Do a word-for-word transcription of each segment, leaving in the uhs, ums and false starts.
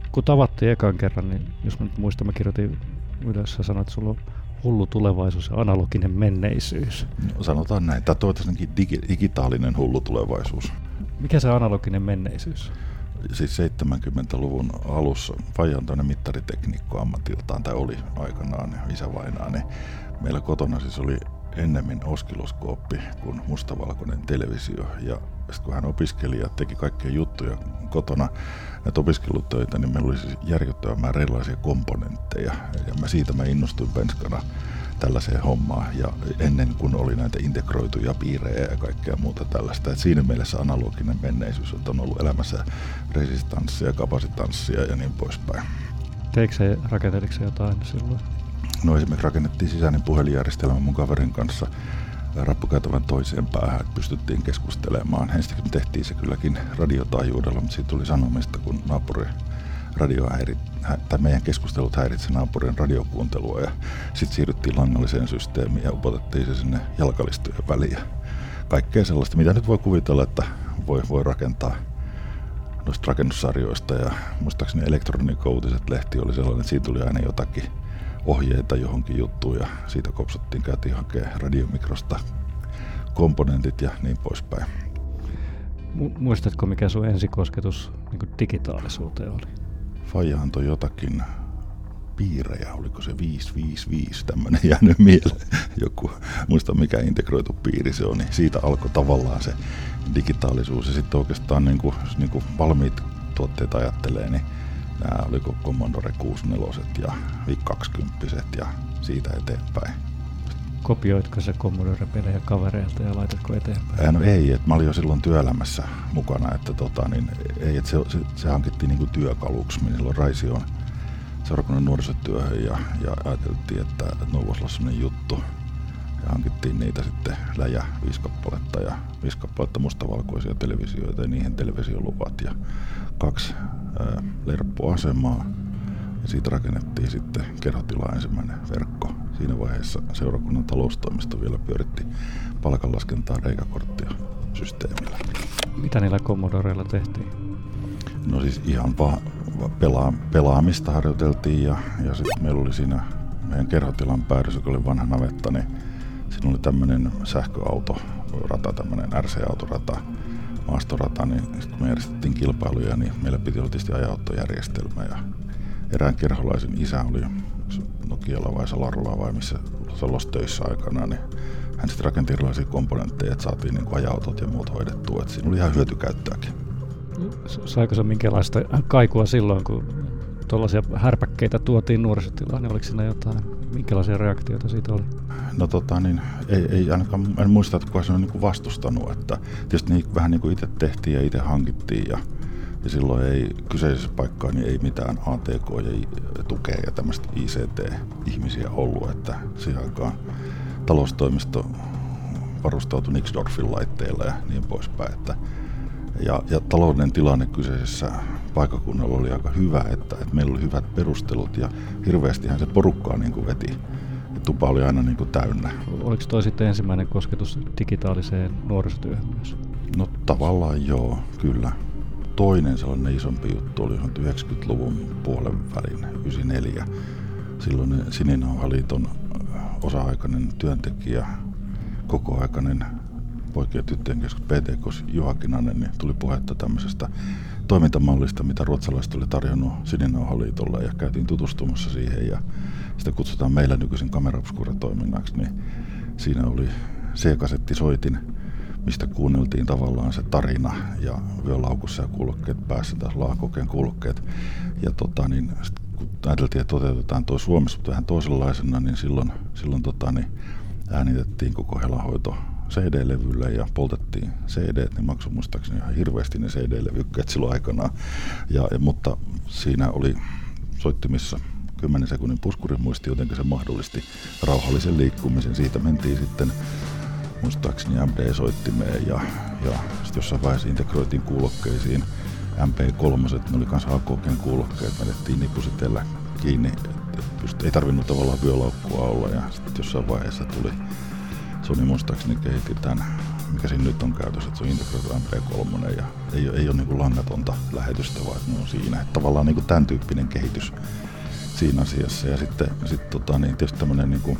Kun tavattiin ekan kerran, niin jos mä nyt muistan, mä kirjoitin ylös ja sanoin, että sulla on hullu tulevaisuus ja analoginen menneisyys. No, sanotaan näin. Tämä toivottavasti digi- digitaalinen hullu tulevaisuus. Mikä se analoginen menneisyys? Siis seitsemänkymmentäluvun alussa Faija on tämmöinen mittaritekniikko ammatiltaan, tai oli aikanaan isävainaa, niin meillä kotona siis oli ennemmin oskiloskooppi kuin mustavalkoinen televisio. Ja sitten kun hän opiskeli ja teki kaikkia juttuja kotona, näitä opiskelutöitä, niin meillä oli siis järkyttävän määrä erilaisia komponentteja. Ja mä siitä mä innostuin penskana tällaiseen hommaan, ja ennen kuin oli näitä integroituja piirejä ja kaikkea muuta tällaista. Et siinä mielessä analoginen menneisyys on ollut elämässä resistanssia, kapasitanssia ja niin poispäin. Teikö se, rakenteliko se jotain silloin? No esimerkiksi rakennettiin sisäinen puhelinjärjestelmä mun kaverin kanssa rappukäytävän toiseen päähän, että pystyttiin keskustelemaan. Ensinnäkin me tehtiin se kylläkin radiotaajuudella, mutta siitä tuli sanomista, kun naapuri radio häiri, tai meidän keskustelut häiritsi naapurin radiokuuntelua, ja sitten siirryttiin langalliseen systeemiin ja upotettiin se sinne jalkalistojen väliin. Kaikkea sellaista, mitä nyt voi kuvitella, että voi, voi rakentaa noista rakennussarjoista, ja muistaakseni Elektroniikka-uutiset lehti oli sellainen, että siitä tuli aina jotakin ohjeita johonkin juttuun, ja siitä kopsattiin, käytiin hakemaan radiomikrosta komponentit ja niin poispäin. Muistatko, mikä sun ensikosketus niin kuin digitaalisuuteen oli? Faija antoi jotakin piirejä, oliko se viisi viisi viisi, tämmöinen jäänyt mieleen joku, muista mikä integroitu piiri se on, niin siitä alkoi tavallaan se digitaalisuus, ja sitten oikeastaan niin kuin, niin kuin valmiit tuotteet ajattelee, niin nämä oliko Commodore kuusikymmentäneljä ja VIC kaksikymmentä ja siitä eteenpäin. Kopioitko se Commodore-pelejä kavereilta ja laitatko eteenpäin? No ei, että mä olin jo silloin työelämässä mukana, että tota, niin, ei, että se, se, se hankittiin niin kuin työkaluksi. Minä silloin Raision seurakunnan nuorisotyöhön ja, ja ajateltiin, että, että no voisi olla sellainen juttu. Ja hankittiin niitä sitten läjä viisi kappaletta ja viisi kappaletta mustavalkoisia televisioita ja niihin televisioluvat ja kaksi ää, lerppuasemaa. Ja siitä rakennettiin sitten kerhotilaa ensimmäinen verkko. Siinä vaiheessa seurakunnan taloustoimisto vielä pyöritti palkanlaskentaa reikäkorttia systeemillä. Mitä niillä Commodoreilla tehtiin? No siis ihan vaan pelaa, pelaamista harjoiteltiin, ja, ja sitten meillä oli siinä meidän kerhotilan päädyssä, joka oli vanha navetta, niin siinä oli tämmöinen sähköautorata, tämmöinen R C-autorata, maastorata, niin sitten kun me järjestettiin kilpailuja, niin meillä piti olla tietysti ajanottojärjestelmä, ja erään kerholaisen isä oli Nokialla vai Salarulla vai missä Salossa töissä aikana, niin hän sitten rakenti erilaisia komponentteja, että saatiin niin aja-autot ja muut hoidettua, että siinä oli ihan hyötykäyttöäkin. Saiko se minkälaista kaikua silloin, kun tuollaisia härpäkkeitä tuotiin nuorisotilaan, niin oliko siinä jotain, minkälaisia reaktioita siitä oli? No tota niin, ei, ei ainakaan, en muista, että kukaan se on niin kuin vastustanut, että tietysti niin, vähän niin kuin itse tehtiin ja itse hankittiin, ja Ja silloin ei kyseisessä paikkaan niin ei mitään A T K ja tukea ja tämmöistä I C T-ihmisiä ollut, että siihen aikaan taloustoimisto varustautui Nixdorfin laitteilla ja niin poispäin. Että, ja, ja talouden tilanne kyseisessä paikkakunnalla oli aika hyvä, että, että meillä oli hyvät perustelut ja hirveästihän se porukkaa niin kuin veti. Ja tupa oli aina niin kuin täynnä. Oliko toi sitten ensimmäinen kosketus digitaaliseen nuorisotyöhön myös? No tavallaan joo, kyllä. Toinen sellainen isompi juttu oli yhdeksänkymmentäluvun puolen välin, yhdeksänkymmentäneljä. Silloin Sininauhaliiton osa-aikainen työntekijä, kokoaikainen poikien ja tyttöjen keskus P T K Juha Kinanen, niin tuli puhetta tämmöisestä toimintamallista, mitä ruotsalaiset oli tarjonnut Sininauhaliitolle, ja käytiin tutustumassa siihen, ja sitä kutsutaan meillä nykyisin Camera Obscura-toiminnaksi, niin siinä oli C-kasettisoitin, mistä kuunneltiin tavallaan se tarina, ja vyölaukussa ja kuulokkeet päässä, taas laakokeen kuulokkeet. Ja tota, niin, kun ajateltiin, että toteutetaan tuo Suomessa, mutta vähän toisenlaisena, niin silloin, silloin tota, niin äänitettiin koko helahoito C D-levylle ja poltettiin C D, niin maksoi muistaakseni ihan hirveästi ne C D-levykkeet silloin aikanaan. Ja, ja, mutta siinä oli soittimissa kymmenen sekunnin puskurimuisti, jotenkin se mahdollisti rauhallisen liikkumisen. Siitä mentiin sitten muistaakseni M D-soittimeen ja, ja sitten jossain vaiheessa integroitiin kuulokkeisiin M P kolme, ne oli kanssa A K G:n kuulokkeet, vedettiin nipusitellä kiinni, että et ei tarvinnut tavallaan vyölaukkua olla, ja sitten jossain vaiheessa tuli, Sony muistaakseni kehitti tämän mikä siinä nyt on käytössä, että se on integroitu M P kolme ja ei, ei ole niin kuin langatonta lähetystä, vaan ne on siinä. Että tavallaan niin kuin tämän tyyppinen kehitys siinä asiassa. Ja sitten sit, tota, niin tietysti tämmöinen, niin kuin,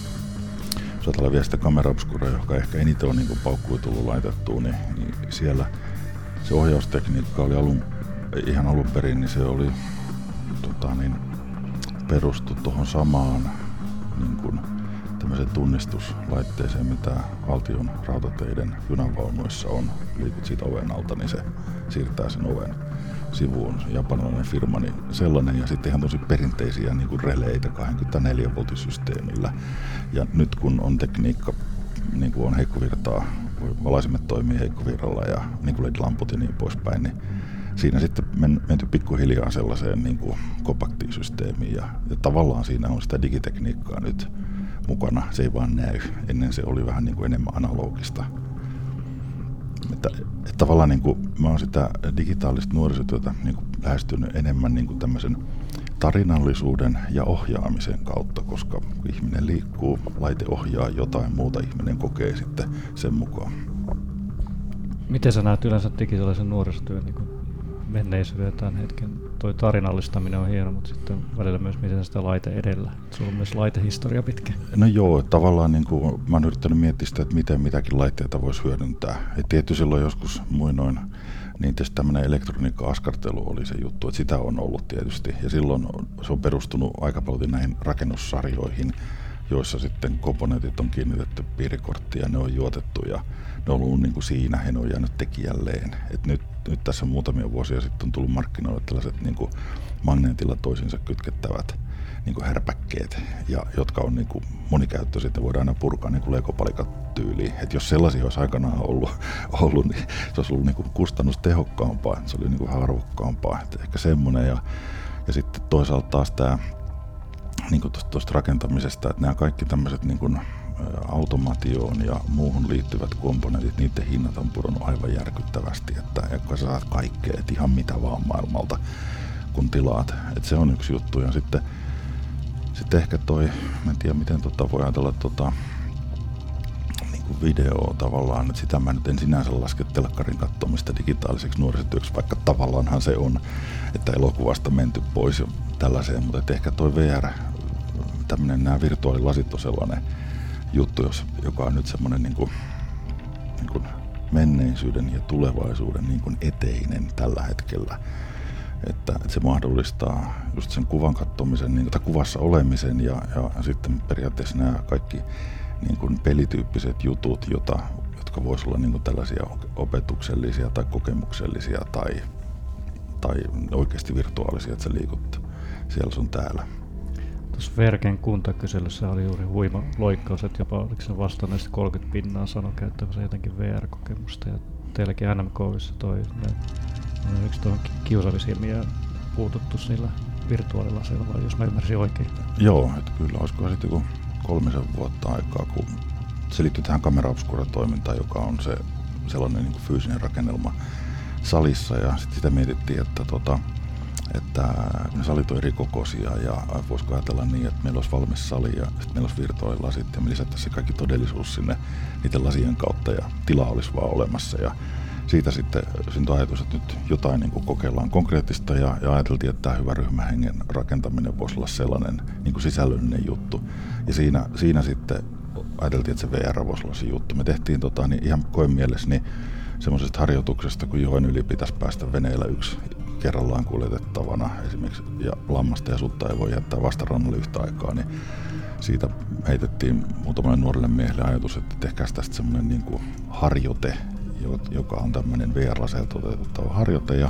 jos ajatellaan vielä sitä Camera Obscura, joka ehkä eniten on niin kuin paukkuja tullut laitettua, niin, niin siellä se ohjaustekniikka oli alun, ihan alun perin, niin se oli tota, niin, perustu tuohon samaan niin kuin, tämmöiseen tunnistuslaitteeseen, mitä valtion rautateiden junanvaunuissa on. Liikut siitä oven alta, niin se siirtää sen oven sivuun. Japanilainen firma, niin sellainen. Ja sitten ihan tosi perinteisiä niin kuin releitä kaksikymmentäneljä volttisysteemillä. Ja nyt kun on tekniikka, niin kuin on heikkovirtaa, valaisimet toimii heikkovirralla ja niin kuin L E D-lamput ja niin poispäin, niin siinä sitten men, menty pikkuhiljaa sellaiseen niin kuin kompaktiin systeemiin. Ja, ja tavallaan siinä on sitä digitekniikkaa nyt mukana, se ei vaan näy. Ennen se oli vähän niin kuin enemmän analogista. Että, että tavallaan niin kuin mä oon sitä digitaalista nuorisotyötä niin kuin lähestynyt enemmän niin kuin tämmöisen tarinallisuuden ja ohjaamisen kautta, koska kun ihminen liikkuu, laite ohjaa jotain muuta, ihminen kokee sitten sen mukaan. Miten sä näet yleensä digitaalisen nuorisotyön niin kuin menneisyyden tämän hetken? Toi tarinallistaminen on hieno, mutta sitten välillä myös miten sitä laite edellä. Sulla on myös laitehistoria pitkä. No joo, tavallaan niin kuin, mä oon yrittänyt miettiä sitä, että miten mitäkin laitteita voisi hyödyntää. Et tietty silloin joskus muinoin, niin tietysti tämmöinen elektroniikka-askartelu oli se juttu, että sitä on ollut tietysti. Ja silloin se on perustunut aika paljon näihin rakennussarjoihin, joissa sitten komponentit on kiinnitetty piirikorttiin ja ne on juotettu ja ne on ollut niin kuin siinä, he on jäänyt tekijälleen. Et nyt, nyt tässä muutamia vuosia sitten on tullut markkinoille tällaiset niin kuin magneetilla toisiinsa kytkettävät niin kuin härpäkkeet, ja, jotka on niin kuin monikäyttöisiä, että voidaan aina purkaa niin kuin legopalikat tyyliin. Et jos sellaisia olisi aikanaan ollut, ollut niin se olisi ollut niin kuin kustannustehokkaampaa, se oli niin kuin arvokkaampaa. Et ehkä semmoinen, ja, ja sitten toisaalta taas tämä niin kuin tuosta rakentamisesta, että nämä kaikki tämmöiset niin kuin automaatioon ja muuhun liittyvät komponentit, niiden hinnat on pudonnut aivan järkyttävästi, että kun sä saat kaikkea, että ihan mitä vaan maailmalta kun tilaat, että se on yksi juttu. Ja sitten, sitten ehkä toi, mä en tiedä miten tota voi ajatella tota, niin kuin videoa tavallaan, että sitä mä nyt en sinänsä laske telkkarin katsomista digitaaliseksi nuorisotyöksi, vaikka tavallaanhan se on, että elokuvasta menty pois ja tällaiseen, mutta ehkä toi V R, tämmönen nämä virtuaalilasit on sellainen juttu, jos, joka on nyt semmoinen niin kuin, niin kuin menneisyyden ja tulevaisuuden niin kuin eteinen tällä hetkellä. Että, että se mahdollistaa just sen kuvan katsomisen, niin, tai kuvassa olemisen ja, ja sitten periaatteessa nämä kaikki niin kuin pelityyppiset jutut, jota, jotka voisivat olla niin kuin tällaisia opetuksellisia tai kokemuksellisia tai, tai oikeasti virtuaalisia, että sä liikut siellä sun täällä. Tuossa Verken kuntakyselyssä oli juuri huima loikkaus, että jopa oliko se vastanneista kolmekymmentä pinnaa sanoi käyttävänsä jotenkin V R-kokemusta. Ja teilläkin N M K:ssa toi ne, on yksi tuohon kiusallisilmiä puututtu sillä virtuaalilaseilla, jos mä ymmärsin oikein. Joo, että kyllä olisiko sitten joku kolmisen vuotta aikaa, kun se liittyy tähän Camera Obscura-toimintaan, joka on se sellainen niin kuin fyysinen rakennelma salissa, ja sitten sitä mietittiin, että tota, että ne salit on eri kokoisia ja voisiko ajatella niin, että meillä olisi valmis sali ja sitten meillä olisi virtuaalilasit ja me lisättäisiin se kaikki todellisuus sinne niiden lasien kautta ja tila olisi vaan olemassa. Ja siitä sitten syntyi ajatus, että nyt jotain niin kuin kokeillaan konkreettista ja, ja ajateltiin, että tämä hyvä ryhmähengen rakentaminen voisi olla sellainen niin kuin sisällöllinen juttu. Ja siinä, siinä sitten ajateltiin, että se V R voisi olla se juttu. Me tehtiin tota, niin ihan koemielessä niin semmoisesta harjoituksesta, kun joen yli pitäisi päästä veneellä yksi kerrallaan kuljetettavana esimerkiksi, ja lammasta ja sutta ei voi jättää vastarannalle yhtä aikaa, niin siitä heitettiin muutamalle nuorelle miehelle ajatus, että tehkääs tästä semmoinen niin kuin harjoite, joka on tämmöinen V R-laseella toteutettava harjoite, ja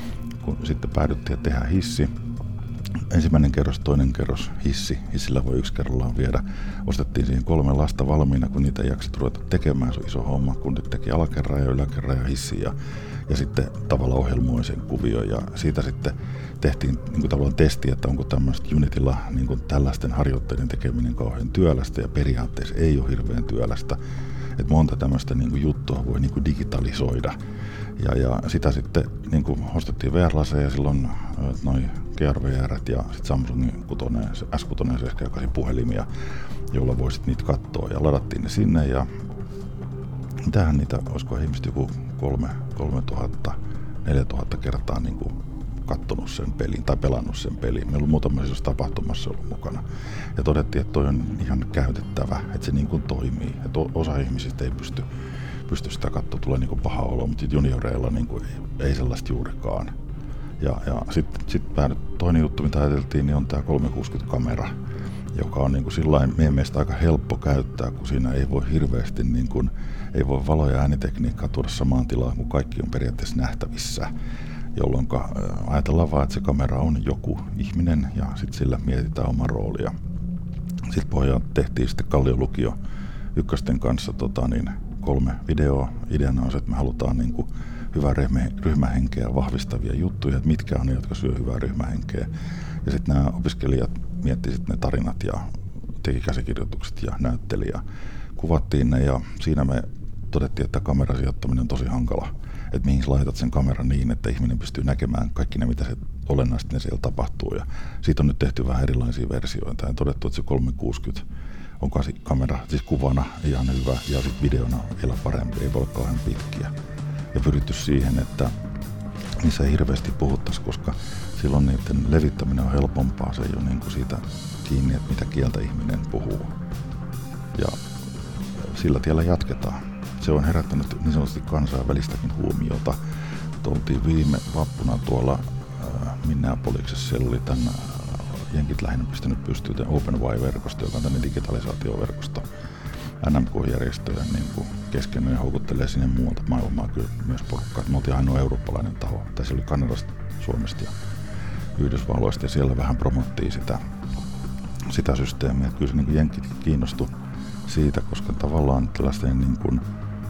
kun sitten päädyttiin, että tehdään hissi, ensimmäinen kerros, toinen kerros, hissi, hissillä voi yksi kerrallaan viedä, ostettiin siihen kolme lasta valmiina, kun niitä ei jaksa ruveta tekemään, se on iso homma, kun nyt teki alakerran ja yläkerran ja hissi, ja ja sitten tavallaan ohjelmoi sen kuvion ja siitä sitten tehtiin niin kuin tavallaan testi, että onko tämmöistä Unitilla niin kuin tällaisten harjoitteiden tekeminen kauhean työlästä ja periaatteessa ei ole hirveän työlästä. Että monta tämmöistä niin kuin juttua voi niin kuin digitalisoida ja, ja sitä sitten niin kuin ostettiin V R-laseja ja silloin noin G R V R ja sitten Samsungin S kuusi ja seitsemän kahdeksan puhelimia, joilla voisit niitä katsoa ja ladattiin ne sinne ja mitähän niitä, olisiko ihmiset joku kolme, kolme tuhatta, neljä tuhatta kertaa niin kuin kattonut sen pelin tai pelannut sen pelin. Meillä on muutamassa tapahtumassa ollut mukana. Ja todettiin, että toi on ihan käytettävä, että se niin kuin toimii. Että osa ihmisistä ei pysty, pysty sitä katsoa, tulee niin kuin paha olo, mutta junioreilla niin kuin ei, ei sellaista juurikaan. Ja, ja sitten sit toinen juttu, mitä ajateltiin, niin on tämä kolmesataakuusikymmentä-kamera, joka on niin kuin sillain meidän mielestä aika helppo käyttää, kun siinä ei voi hirveästi, niin kuin, ei voi valo- ja äänitekniikkaa tuoda samaan tilaan, kun kaikki on periaatteessa nähtävissä. Jolloin ajatellaan vaan, että se kamera on joku ihminen ja sitten sillä mietitään oma roolia. Sitten pohjaan tehtiin sitten Kalliolukio ykkösten kanssa tota, niin kolme videoa. Ideana on se, että me halutaan niin kuin hyvää ryhmähenkeä vahvistavia juttuja, että mitkä on ne, jotka syö hyvää ryhmähenkeä. Ja sitten nämä opiskelijat miettii sitten ne tarinat ja teki käsikirjoitukset ja näytteli ja kuvattiin ne. Ja siinä me todettiin, että kameran sijoittaminen on tosi hankala. Että mihin laitat sen kameran niin, että ihminen pystyy näkemään kaikki ne, mitä se olennaisesti ne siellä tapahtuu. Ja siitä on nyt tehty vähän erilaisia versioita. Ja todettu, että se kolmesataakuusikymmentä on kamera, siis kuvana ihan hyvä ja sitten videona vielä parempi, ei voi olla kauhean pitkiä. Ja pyritty siihen, että niissä ei hirveästi puhuttaisi, koska silloin niiden levittäminen on helpompaa. Se ei ole niin kuin siitä kiinni, että mitä kieltä ihminen puhuu. Ja sillä tiellä jatketaan. Se on herättänyt niin sanotusti kansainvälistäkin huomiota. Oltiin viime vappuna tuolla äh, Minneapoliksessa, siellä oli tämän äh, jenkit lähinnä pistänyt pystyyn OpenY-verkosto, joka on tämmöinen digitalisaatioverkosto. N M K-järjestöjä niin keskenään ja houkuttelee sinne muualta maailmaa kyllä myös porukkaa. Me oltiin ainoa eurooppalainen taho. Tässä oli Kanadasta, Suomesta ja Yhdysvalloista ja siellä vähän promottiin sitä, sitä systeemiä. Kyllä se niin jenkit kiinnostui siitä, koska tavallaan tällaisten niin kuin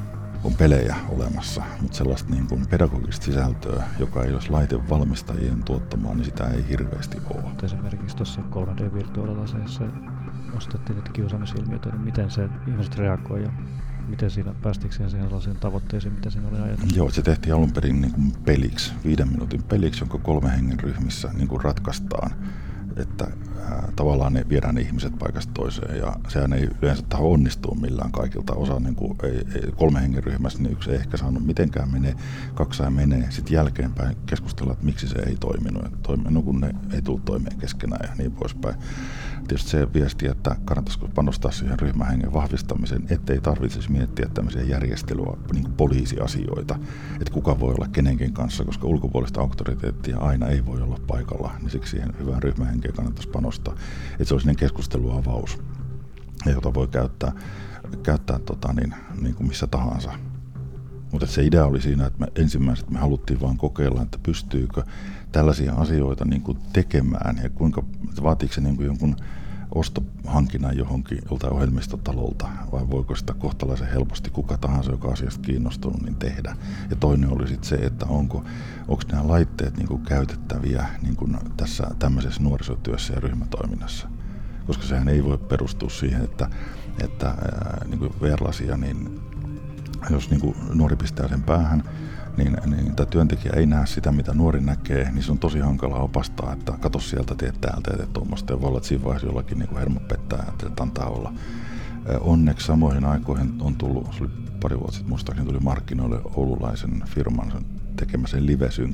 on pelejä olemassa, mutta sellaista niin kuin pedagogista sisältöä, joka ei olisi laitevalmistajien tuottamaa, niin sitä ei hirveästi ole. Esimerkiksi tuossa kolme D-virtuaalilaseissa ostettiin niitä kiusaamisilmiöitä, niin miten se ihmiset reagoi ja miten siinä päästikö siihen sellaisiin tavoitteisiin, mitä siinä oli ajateltu? Joo, se tehtiin alun perin niin kuin peliksi, viiden minuutin peliksi, jonka kolme hengen ryhmissä niin kuin ratkaistaan, että ää, tavallaan ne viedään ne ihmiset paikasta toiseen ja sehän ei yleensä taho onnistua millään kaikilta. Osa niin kuin, ei, ei, kolme hengen ryhmässä, niin yksi ei ehkä saanut mitenkään menee, kaksi ei menee. Sitten jälkeenpäin keskustellaan, että miksi se ei toiminut, että toiminut, kun ne ei tullut toimeen keskenään ja niin poispäin. Tietysti se viesti, että kannattaisiko panostaa siihen ryhmähengen vahvistamiseen, ettei tarvitsisi miettiä tämmöisiä järjestelyä, niin kuin poliisiasioita, että kuka voi olla kenenkin kanssa, koska ulkopuolista auktoriteettia aina ei voi olla paikalla, niin siksi siihen hyvään ryhmähenkeen kannattaisi panostaa. Että se olisi niin keskusteluavaus, jota voi käyttää, käyttää tota, niin, niin kuin missä tahansa. Mutta se idea oli siinä, että me ensimmäiset me haluttiin vaan kokeilla, että pystyykö tällaisia asioita niin kuin tekemään ja kuinka vaatiiko se niin kuin jonkun ostohankinnan johonkin joltain ohjelmistotalolta vai voiko sitä kohtalaisen helposti kuka tahansa, joka asiasta kiinnostunut, niin tehdä. Ja toinen oli sitten se, että onko, onko nämä laitteet niin kuin käytettäviä niin kuin tässä tämmöisessä nuorisotyössä ja ryhmätoiminnassa. Koska sehän ei voi perustua siihen, että, että ää, niin kuin V R-lasia, niin jos niin kuin nuori pistää sen päähän, niin, niin tämä työntekijä ei näe sitä, mitä nuori näkee, niin se on tosi hankalaa opastaa, että katso sieltä, teet täältä ja teet tuommoista. Ja voi olla, että siinä vaiheessa jollakin niin hermo pettää, että antaa olla. Onneksi samoihin aikoihin on tullut, se oli pari vuotta sitten muistaakseni, tuli markkinoille oululaisen firman tekemä sen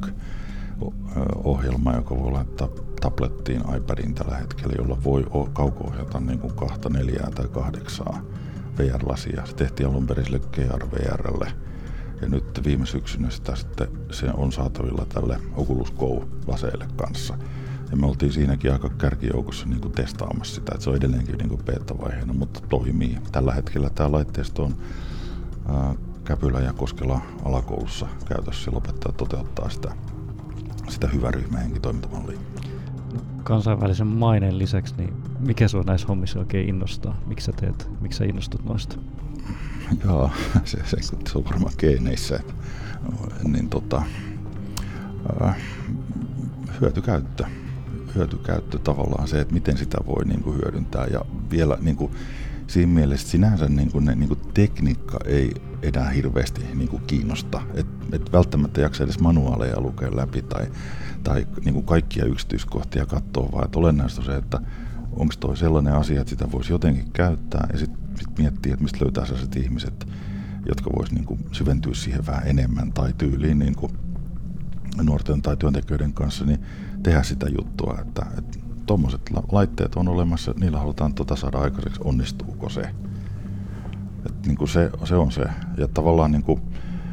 LiveSync-ohjelma, joka voi laittaa tablettiin, iPadiin tällä hetkellä, jolla voi kauko-ohjata niin kuin kahta, neljää tai kahdeksaa V R-lasia. Se tehtiin alun perin sille G R V R:lle. Ja nyt viime syksynä sitä sitten se on saatavilla tälle Oculus Go-laseille kanssa. Ja me oltiin siinäkin aika kärkijoukossa niin kuin testaamassa sitä, että se on edelleenkin niin kuin beta-vaiheena, mutta toimii. Tällä hetkellä tämä laitteisto on ää, Käpylä ja Koskela alakoulussa käytössä ja opettajat toteuttaa sitä, sitä hyvää ryhmähenkitoimintamallia. Kansainvälisen maineen lisäksi, niin mikä sinua näissä hommissa oikein innostaa? Miksi sä teet? Miksi sä innostut noista? Joo, se, se, se on varmaan geeneissä. Että, niin tota, ää, hyötykäyttö. Hyötykäyttö tavallaan se, että miten sitä voi niin kuin hyödyntää. Ja vielä niin kuin, siinä mielessä sinänsä niin kuin, ne, niin kuin tekniikka ei enää hirveästi niin kuin kiinnosta. Et, et välttämättä jaksa edes manuaaleja lukea läpi tai, tai niin kuin kaikkia yksityiskohtia katsoa, vaan että olennaista on se, että onko toi sellainen asia, että sitä voisi jotenkin käyttää ja sitten sit miettiä, että mistä löytää sellaiset ihmiset, jotka vois niin kuin syventyä siihen vähän enemmän tai tyyliin niin kuin nuorten tai työntekijöiden kanssa, niin tehdä sitä juttua, että, että tuommoiset laitteet on olemassa, niillä halutaan tota saada aikaiseksi, onnistuuko se. Että niin kuin se, se on se. Ja tavallaan niin kuin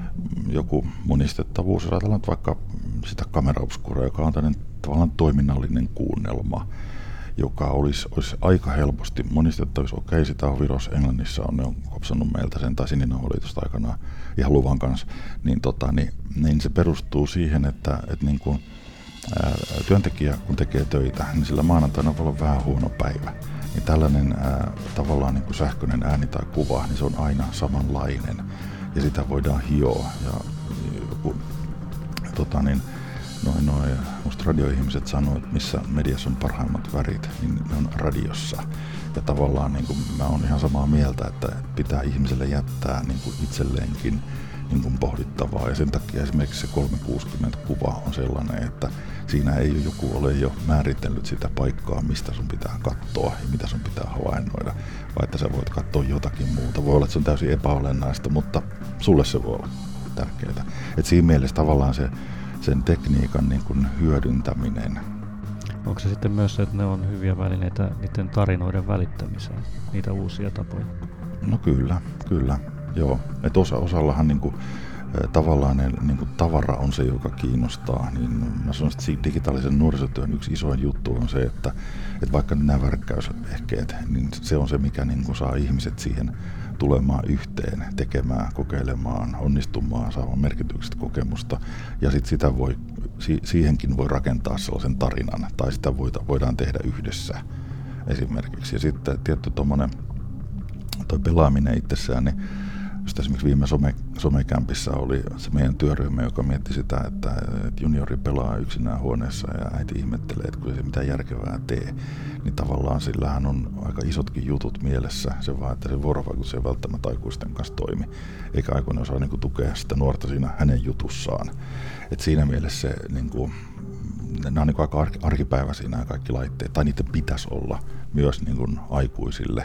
joku monistettavuus, jos ajatellaan vaikka sitä Camera Obscura, joka on tämmöinen tavallaan toiminnallinen kuunnelma, joka olisi, olisi aika helposti monistettavissa. Okei, sitä on Virossa, Englannissa on, ne on kopsannut meiltä sen, tai Sininauha tuosta aikanaan ihan luvan kanssa, niin, tota, niin, niin se perustuu siihen, että, että niin kuin, ää, työntekijä kun tekee töitä, niin sillä maanantaina voi olla vähän huono päivä. Niin tällainen ää, tavallaan niin kuin sähköinen ääni tai kuva, niin se on aina samanlainen, ja sitä voidaan hioa. Ja joku, tota niin, Noin, noin. Musta radioihmiset sanoo, että missä mediassa on parhaimmat värit, niin ne on radiossa. Ja tavallaan niin kuin, mä oon ihan samaa mieltä, että pitää ihmiselle jättää niin kuin itselleenkin niin kuin pohdittavaa. Ja sen takia esimerkiksi se kolmesataakuusikymmentä-kuva on sellainen, että siinä ei joku ole jo määritellyt sitä paikkaa, mistä sun pitää katsoa ja mitä sun pitää havainnoida. Vai että sä voit katsoa jotakin muuta. Voi olla, että se on täysin epäolennaista, mutta sulle se voi olla tärkeää. Et siinä mielessä tavallaan se sen tekniikan niin kuin hyödyntäminen. Onko se sitten myös se, että ne on hyviä välineitä niiden tarinoiden välittämiseen, niitä uusia tapoja? No kyllä, kyllä. Joo. Et osa, osallahan niin kuin, tavallaan ne, niin kuin tavara on se, joka kiinnostaa. Niin mä sanon, että digitaalisen nuorisotyön yksi isoin juttu on se, että, että vaikka nämä värkkäysehkeet, niin se on se, mikä niin kuin saa ihmiset siihen tulemaan yhteen, tekemään, kokeilemaan, onnistumaan, saamaan merkityksestä kokemusta. Ja sitten sitä voi, si- siihenkin voi rakentaa sellaisen tarinan, tai sitä voida, voidaan tehdä yhdessä esimerkiksi. Ja sitten tietty tuommoinen toi pelaaminen itsessään, niin just esimerkiksi viime some, somekämpissä oli se meidän työryhmä, joka mietti sitä, että, että juniori pelaa yksinään huoneessa ja äiti ihmettelee, että kun ei se mitään järkevää tee, niin tavallaan sillähän on aika isotkin jutut mielessä. Se vaan, että se vuorovaikutus ei välttämättä aikuisten kanssa toimi, eikä aikuinen osaa niin kuin tukea sitä nuorta siinä hänen jutussaan. Et siinä mielessä se, niin kuin, nämä on niin kuin aika arkipäiväisiä nämä kaikki laitteet, tai niiden pitäisi olla myös niin kuin aikuisille.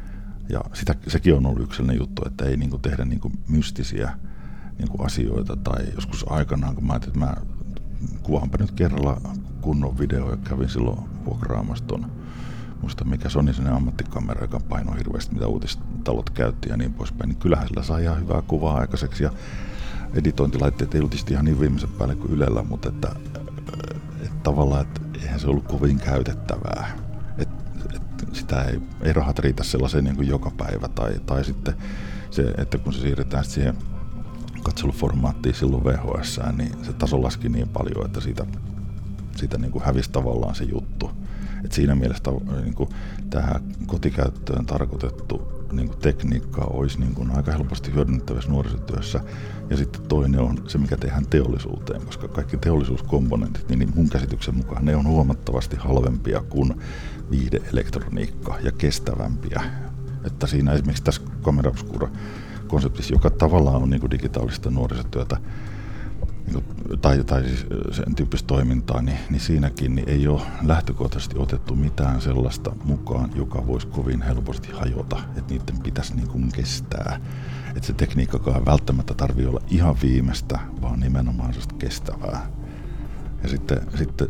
Ja sitä, sekin on ollut yksi sellainen juttu, että ei niin kuin tehdä niin kuin mystisiä niin kuin asioita. Tai joskus aikanaan, kun mä ajattelin, että mä kuvaanpa nyt kerralla kunnon video ja kävin silloin vuokraamassa ton, muista mikä se on, niin sellainen ammattikamera, joka painoi hirveästi, mitä uutistalot käytti ja niin poispäin. Niin kyllähän sillä saa ihan hyvää kuvaa aikaiseksi ja editointilaitteet ei ollut ihan niin viimeisen päälle kuin Ylellä, mutta että, että tavallaan, että eihän se ollut kovin käytettävää. Sitä ei, ei rahat riitä sellaiseen niin kuin joka päivä, tai, tai sitten se, että kun se siirretään siihen katseluformaattiin silloin V H S, niin se taso laski niin paljon, että siitä, siitä niin kuin hävisi tavallaan se juttu. Et siinä mielessä niin kuin tähän kotikäyttöön tarkoitettu niin kuin tekniikka olisi niin kuin aika helposti hyödynnettävissä nuorisotyössä. Ja sitten toinen on se, mikä tehdään teollisuuteen, koska kaikki teollisuuskomponentit, niin mun käsityksen mukaan ne on huomattavasti halvempia kuin viihde-elektroniikka ja kestävämpiä. Että siinä esimerkiksi tässä Camera Obscura-konseptissa, joka tavallaan on niin kuin digitaalista nuorisotyötä, niin kuin, tai, tai siis sen tyyppistä toimintaa, niin, niin siinäkin niin ei ole lähtökohtaisesti otettu mitään sellaista mukaan, joka voisi kovin helposti hajota, että niiden pitäisi niin kuin kestää. Että se tekniikkakaan välttämättä tarvitse olla ihan viimeistä, vaan nimenomaan sellaista kestävää. Ja sitten, sitten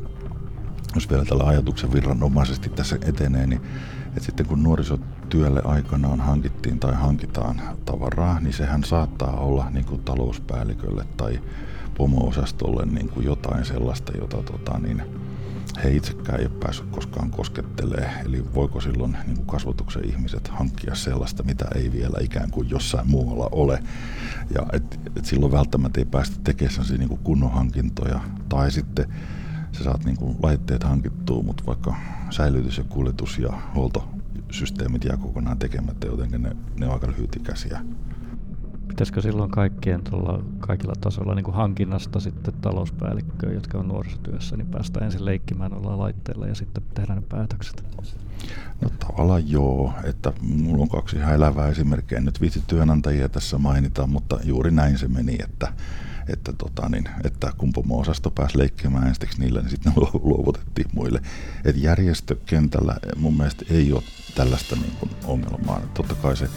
jos vielä tällä ajatuksen virranomaisesti tässä etenee, niin että sitten kun nuorisotyölle aikanaan hankittiin tai hankitaan tavaraa, niin sehän saattaa olla niin kuin talouspäällikölle tai pomo-osastolle niin kuin jotain sellaista, jota tota, niin he itsekään ei ole päässyt koskaan koskettelemaan. Eli voiko silloin niin kuin kasvatuksen ihmiset hankkia sellaista, mitä ei vielä ikään kuin jossain muualla ole. Ja et, et silloin välttämättä ei päästä tekemään sellaisia niin kuin kunnon hankintoja. Tai sitten sä saat niin kuin laitteet hankittua, mutta vaikka säilytys ja kuljetus ja huoltosysteemit jää kokonaan tekemättä, joten ne, ne on aika lyhytikäisiä. Pitäisikö silloin kaikkien tuolla, kaikilla tasoilla niin kuin hankinnasta sitten talouspäällikköön, jotka on nuorisotyössä, niin päästään ensin leikkimään olla laitteilla ja sitten tehdään ne päätökset? No tavallaan joo, että mulla on kaksi ihan elävää esimerkkiä. En nyt viitsi työnantajia tässä mainita, mutta juuri näin se meni, että Että, tota, niin, että kun pomo-osasto pääsi leikkimään ensiksi niillä, niin sitten ne luovutettiin muille. Et järjestökentällä mun mielestä ei ole tällaista niin kuin ongelmaa. Totta kai se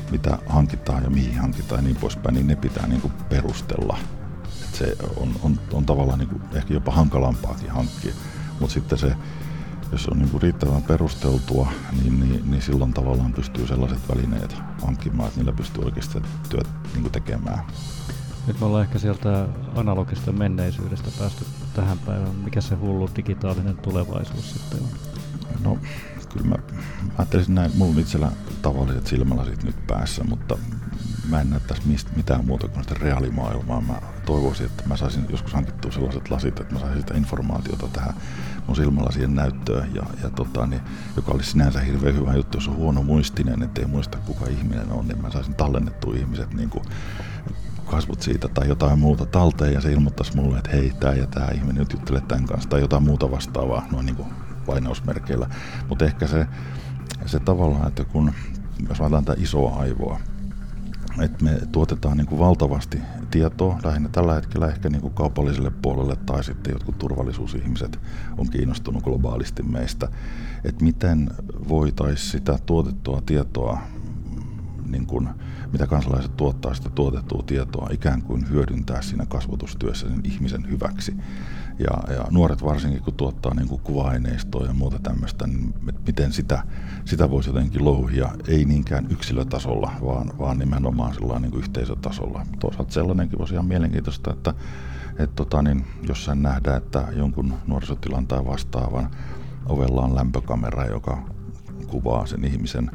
mitä hankitaan ja mihin hankitaan ja niin poispäin, niin ne pitää niin kuin perustella. Et se on, on, on tavallaan niin kuin ehkä jopa hankalampaakin hankkia, mutta sitten se, jos on niin kuin riittävän perusteltua, niin, niin, niin silloin tavallaan pystyy sellaiset välineet hankkimaan, että niillä pystyy oikeasti työt niin kuin tekemään. Nyt me ollaan ehkä sieltä analogista menneisyydestä päästy tähän päivään. Mikä se hullu digitaalinen tulevaisuus sitten on? No, kyllä mä, mä ajattelisin näin, mulla on itsellä tavalliset silmälasit nyt päässä, mutta mä en näyttäisi mitään muuta kuin sitä reaalimaailmaa. Mä toivoisin, että mä saisin joskus hankittua sellaiset lasit, että mä saisin sitä informaatiota tähän mun silmälasien näyttöön, ja, ja tota, niin, joka olisi sinänsä hirveän hyvä juttu, jos on huono muistinen, ettei muista kuka ihminen on, niin mä saisin tallennettua ihmiset niin kuin kasvot siitä tai jotain muuta talteen, ja se ilmoittaisi mulle, että hei, tää ja tää ihminen nyt juttelee tämän kanssa, tai jotain muuta vastaavaa, noin niin kuin lainausmerkeillä. Mutta ehkä se, se tavallaan, että kun, jos otetaan tätä isoa aivoa, että me tuotetaan niin kuin valtavasti tietoa, lähinnä tällä hetkellä ehkä niin kuin kaupalliselle puolelle, tai sitten jotkut turvallisuusihmiset on kiinnostunut globaalisti meistä, että miten voitaisiin sitä tuotettua tietoa, niin kuin, mitä kansalaiset tuottaa sitä tuotettua tietoa, ikään kuin hyödyntää siinä kasvatustyössä sen ihmisen hyväksi. Ja, ja nuoret varsinkin, kun tuottaa niin kuin kuva-aineistoa ja muuta tämmöistä, niin miten sitä, sitä voisi jotenkin louhia, ei niinkään yksilötasolla, vaan, vaan nimenomaan sellainen niin kuin yhteisötasolla. Toisaalta sellainenkin voisi ihan mielenkiintoista, että et tota, niin jossain nähdään, että jonkun nuorisotilan tai vastaavan ovella on lämpökamera, joka kuvaa sen ihmisen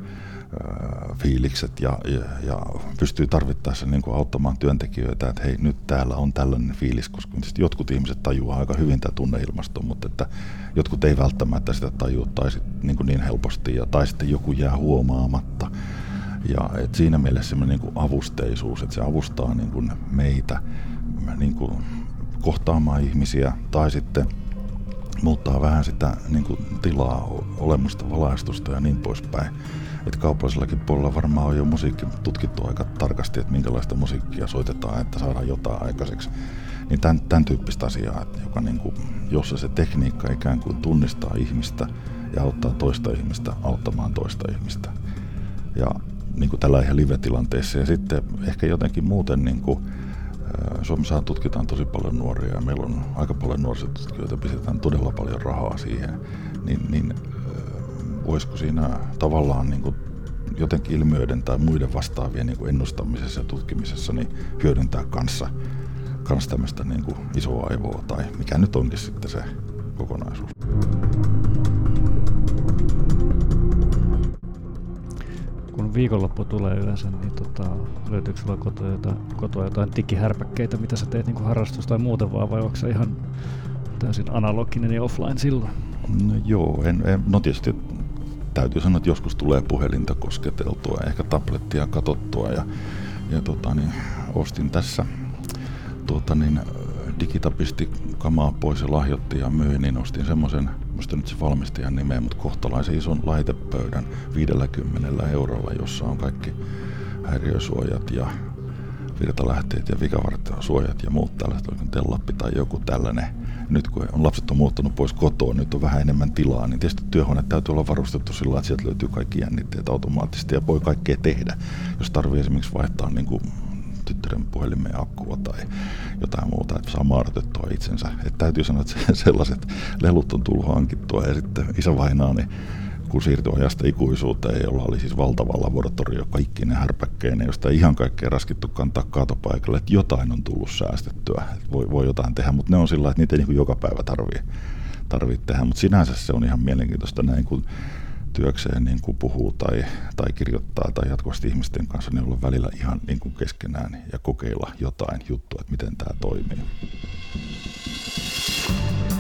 fiilikset ja, ja, ja pystyy tarvittaessa niin kuin auttamaan työntekijöitä, että hei, nyt täällä on tällainen fiilis, koska jotkut ihmiset tajuaa aika hyvin tämä tunneilmasto, mutta että jotkut ei välttämättä sitä tajua tai sit niin, kuin niin helposti, ja, tai sitten joku jää huomaamatta. Ja et siinä mielessä semmoinen niin kuin avusteisuus, että se avustaa niin kuin meitä niin kuin kohtaamaan ihmisiä, tai sitten muuttaa vähän sitä niin kuin tilaa, olemusta, valaistusta ja niin poispäin. Että kaupallisellakin puolella varmaan on jo musiikki tutkittu aika tarkasti, että minkälaista musiikkia soitetaan, että saadaan jotain aikaiseksi. Niin tämän, tämän tyyppistä asiaa, että joka niin kuin, jossa se tekniikka ikään kuin tunnistaa ihmistä ja auttaa toista ihmistä auttamaan toista ihmistä. Ja niin kuin tällä ihan live-tilanteessa. Ja sitten ehkä jotenkin muuten, niin kuin, Suomessa tutkitaan tosi paljon nuoria ja meillä on aika paljon nuorisotutkijoita, pistetään todella paljon rahaa siihen, niin, niin voisiko siinä tavallaan niin kuin jotenkin ilmiöiden tai muiden vastaavien niin kuin ennustamisessa ja tutkimisessa niin hyödyntää kanssa, kanssa tämmöistä niin kuin isoa aivoa tai mikä nyt onkin sitten se kokonaisuus. Kun viikonloppu tulee yleensä, niin tota, löytyykö sulla kotoa jotain, kotoa jotain digihärpäkkeitä, mitä sä teet niin kuin harrastus tai muuten vaan, vai onko se ihan täysin analoginen ja offline silloin? No joo, en, en, no tietysti täytyy sanoa, että joskus tulee puhelinta kosketeltua ja ehkä tablettia katsottua ja, ja tota, niin, ostin tässä tuota, niin, Digita pisti kamaa pois ja lahjoitti ja myin, niin ostin semmoisen, musta nyt se valmistajan nimeä, mutta kohtalaisen ison laitepöydän viidelläkymmenellä eurolla, jossa on kaikki häiriösuojat ja virtalähteet ja vikavartasuojat ja muut tällaiset, oikein tellappi tai joku tällainen. Nyt kun on lapset on muuttanut pois kotoa, nyt on vähän enemmän tilaa, niin tietysti työhuone täytyy olla varustettu sillä, että sieltä löytyy kaikki jännitteet automaattisesti ja voi kaikkea tehdä. Jos tarvii esimerkiksi vaihtaa niin kuin tyttären puhelimeen akkua tai jotain muuta, että saa maaratettua itsensä. Että täytyy sanoa, että sellaiset lelut on tullut hankittua ja sitten isävainaani, kun siirtyi ajasta ikuisuuteen, jolla oli siis valtava laboratorio kaikki ne härpäkkeineen, josta ei ihan kaikkea raskittu kantaa kaatopaikalle, että jotain on tullut säästettyä, että voi, voi jotain tehdä, mutta ne on sillä, että niitä ei niin kuin joka päivä tarvii, tarvii tehdä, mutta sinänsä se on ihan mielenkiintoista näin, kun työkseen niin kuin puhuu tai, tai kirjoittaa tai jatkuvasti ihmisten kanssa, niin olla välillä ihan niin kuin keskenään ja kokeilla jotain juttua, että miten tämä toimii.